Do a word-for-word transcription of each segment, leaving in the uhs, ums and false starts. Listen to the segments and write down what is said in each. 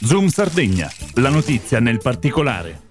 Zoom Sardegna, la notizia nel particolare.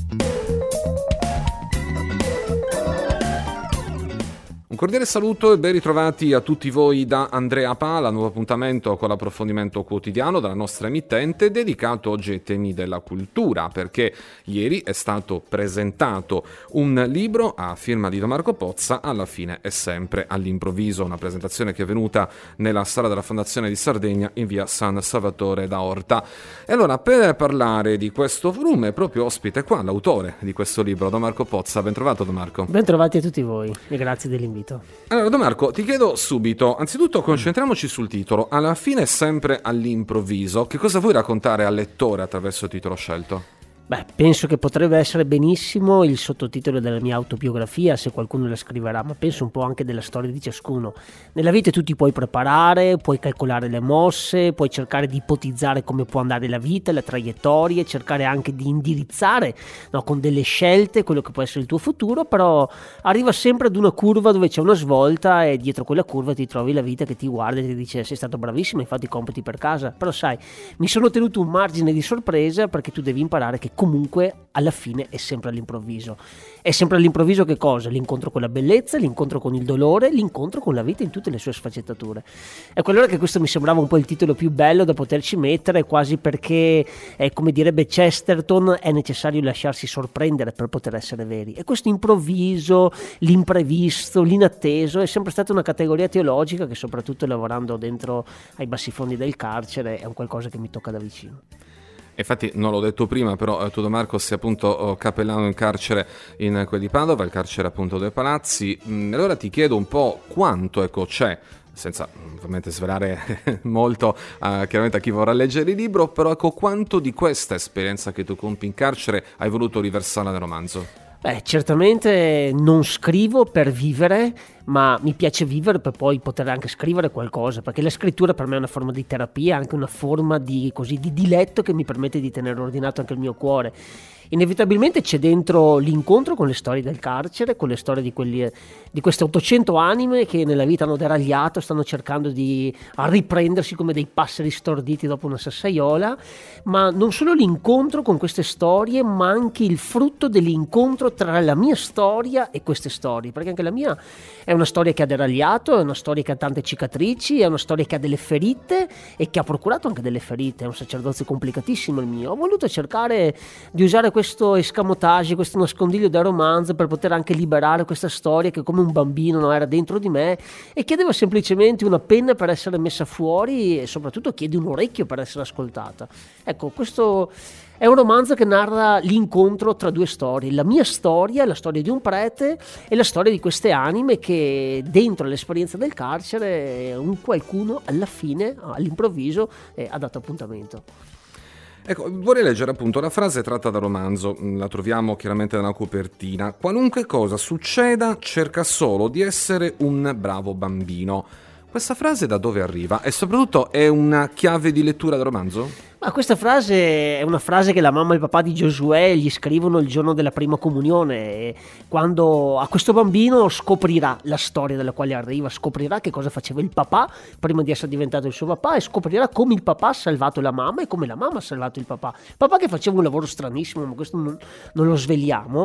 Un cordiale saluto e ben ritrovati a tutti voi da Andrea Pala, nuovo appuntamento con l'approfondimento quotidiano della nostra emittente dedicato oggi ai temi della cultura, perché ieri è stato presentato un libro a firma di Don Marco Pozza, Alla fine è sempre all'improvviso, una presentazione che è venuta nella sala della Fondazione di Sardegna in via San Salvatore d'Aorta. E allora, per parlare di questo volume, è proprio ospite qua l'autore di questo libro, Don Marco Pozza. Ben trovato, Don Marco. Ben trovati a tutti voi e grazie dell'invito. Allora, Don Marco, ti chiedo subito, anzitutto concentriamoci sul titolo. Alla fine è sempre all'improvviso. Che cosa vuoi raccontare al lettore attraverso il titolo scelto? Beh, penso che potrebbe essere benissimo il sottotitolo della mia autobiografia, se qualcuno la scriverà, ma penso un po' anche della storia di ciascuno. Nella vita tu ti puoi preparare, puoi calcolare le mosse, puoi cercare di ipotizzare come può andare la vita, le traiettorie, cercare anche di indirizzare, no, con delle scelte quello che può essere il tuo futuro, però arriva sempre ad una curva dove c'è una svolta e dietro quella curva ti trovi la vita che ti guarda e ti dice: sei stato bravissimo, hai fatto i compiti per casa. Però sai, mi sono tenuto un margine di sorpresa, perché tu devi imparare che comunque alla fine è sempre all'improvviso. È sempre all'improvviso che cosa? L'incontro con la bellezza, l'incontro con il dolore, l'incontro con la vita in tutte le sue sfaccettature. Ecco, allora che questo mi sembrava un po' il titolo più bello da poterci mettere, quasi perché, eh, come direbbe Chesterton, è necessario lasciarsi sorprendere per poter essere veri. E questo improvviso, l'imprevisto, l'inatteso è sempre stata una categoria teologica che, soprattutto lavorando dentro ai bassifondi del carcere, è un qualcosa che mi tocca da vicino. Infatti non l'ho detto prima, però eh, tu, Don Marco, sei appunto oh, cappellano in carcere in quel di Padova, il carcere appunto dei Palazzi. Mm, allora ti chiedo un po' quanto ecco c'è, senza ovviamente svelare molto uh, chiaramente a chi vorrà leggere il libro, però ecco quanto di questa esperienza che tu compi in carcere hai voluto riversarla nel romanzo? Beh, certamente non scrivo per vivere, ma mi piace vivere per poi poter anche scrivere qualcosa, perché la scrittura per me è una forma di terapia, anche una forma di, così, di diletto che mi permette di tenere ordinato anche il mio cuore. Inevitabilmente c'è dentro l'incontro con le storie del carcere, con le storie di, quelli, di queste ottocento anime che nella vita hanno deragliato, stanno cercando di riprendersi come dei passeri storditi dopo una sassaiola, ma non solo l'incontro con queste storie, ma anche il frutto dell'incontro tra la mia storia e queste storie, perché anche la mia è una storia che ha deragliato, è una storia che ha tante cicatrici, è una storia che ha delle ferite e che ha procurato anche delle ferite, è un sacerdozio complicatissimo il mio. Ho voluto cercare di usare questo questo escamotage, questo nascondiglio del romanzo per poter anche liberare questa storia che come un bambino no, era dentro di me e chiedeva semplicemente una penna per essere messa fuori e soprattutto chiede un orecchio per essere ascoltata. Ecco, questo è un romanzo che narra l'incontro tra due storie, la mia storia, la storia di un prete e la storia di queste anime che dentro l'esperienza del carcere un qualcuno alla fine, all'improvviso, eh, ha dato appuntamento. Ecco, vorrei leggere appunto la frase tratta dal romanzo, la troviamo chiaramente nella copertina. Qualunque cosa succeda, cerca solo di essere un bravo bambino. Questa frase da dove arriva? E soprattutto è una chiave di lettura del romanzo? Ma questa frase è una frase che la mamma e il papà di Giosuè gli scrivono il giorno della prima comunione, quando a questo bambino scoprirà la storia dalla quale arriva, scoprirà che cosa faceva il papà prima di essere diventato il suo papà e scoprirà come il papà ha salvato la mamma e come la mamma ha salvato il papà. Papà che faceva un lavoro stranissimo, ma questo non, non lo sveliamo.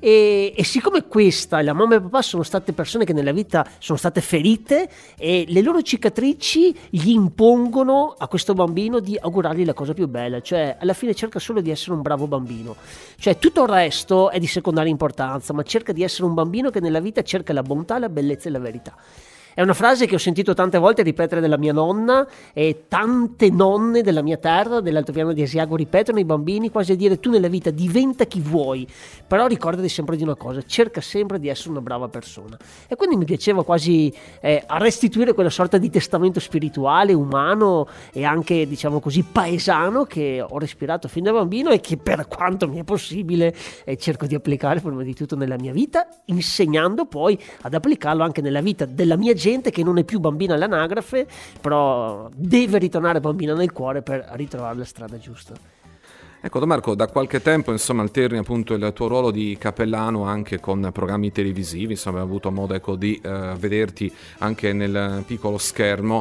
E, e siccome questa, la mamma e il papà sono state persone che nella vita sono state ferite e le loro cicatrici gli impongono a questo bambino di augurargli la cosa più bella, cioè alla fine cerca solo di essere un bravo bambino, cioè tutto il resto è di secondaria importanza, ma cerca di essere un bambino che nella vita cerca la bontà, la bellezza e la verità. È una frase che ho sentito tante volte ripetere dalla mia nonna e tante nonne della mia terra, dell'altopiano di Asiago, ripetono ai bambini quasi a dire: tu nella vita diventa chi vuoi, però ricordati sempre di una cosa, cerca sempre di essere una brava persona. E quindi mi piaceva quasi eh, restituire quella sorta di testamento spirituale, umano e anche, diciamo così, paesano che ho respirato fin da bambino e che per quanto mi è possibile eh, cerco di applicare prima di tutto nella mia vita, insegnando poi ad applicarlo anche nella vita della mia gente che non è più bambina all'anagrafe, però deve ritornare bambina nel cuore per ritrovare la strada giusta. Ecco, Don Marco, da qualche tempo insomma alterni appunto il tuo ruolo di cappellano anche con programmi televisivi, insomma abbiamo avuto modo ecco, di uh, vederti anche nel piccolo schermo,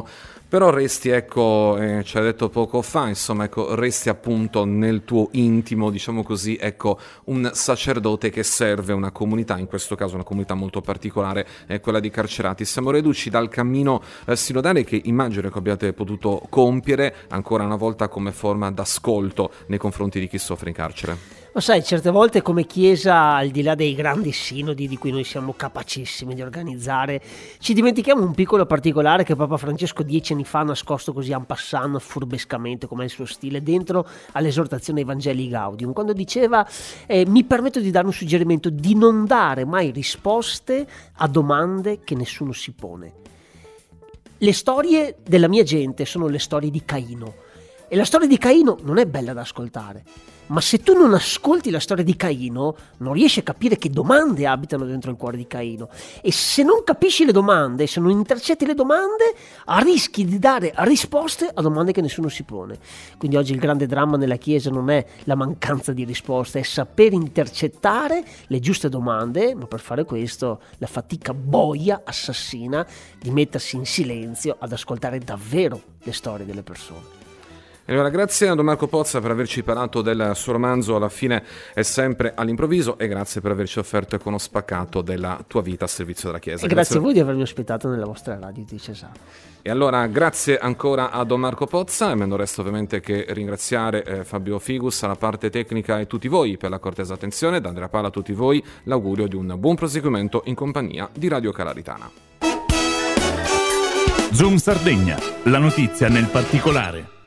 però resti, ecco, eh, ci hai detto poco fa, insomma, ecco, resti appunto nel tuo intimo, diciamo così, ecco, un sacerdote che serve una comunità, in questo caso una comunità molto particolare, è quella di carcerati. Siamo reduci dal cammino eh, sinodale che immagino che abbiate potuto compiere ancora una volta come forma d'ascolto nei confronti di chi soffre in carcere. Ma sai, certe volte come Chiesa, al di là dei grandi sinodi di cui noi siamo capacissimi di organizzare, ci dimentichiamo un piccolo particolare che Papa Francesco dieci anni fa ha nascosto così en passant, furbescamente, come è il suo stile, dentro all'esortazione Evangelii Gaudium, quando diceva eh, mi permetto di dare un suggerimento, di non dare mai risposte a domande che nessuno si pone. Le storie della mia gente sono le storie di Caino, e la storia di Caino non è bella da ascoltare. Ma se tu non ascolti la storia di Caino, non riesci a capire che domande abitano dentro il cuore di Caino. E se non capisci le domande, se non intercetti le domande, rischi di dare risposte a domande che nessuno si pone. Quindi oggi il grande dramma nella Chiesa non è la mancanza di risposte, è saper intercettare le giuste domande, ma per fare questo la fatica boia, assassina, di mettersi in silenzio ad ascoltare davvero le storie delle persone. E allora grazie a Don Marco Pozza per averci parlato del suo romanzo Alla fine è sempre all'improvviso, e grazie per averci offerto con uno spaccato della tua vita a servizio della Chiesa. E grazie, grazie a voi di avermi ospitato nella vostra radio di Cesano. E allora grazie ancora a Don Marco Pozza, e me non resta ovviamente che ringraziare eh, Fabio Figus alla parte tecnica e tutti voi per la cortesa attenzione. Da Andrea Pala a tutti voi l'augurio di un buon proseguimento in compagnia di Radio Calaritana. Zoom Sardegna, la notizia nel particolare.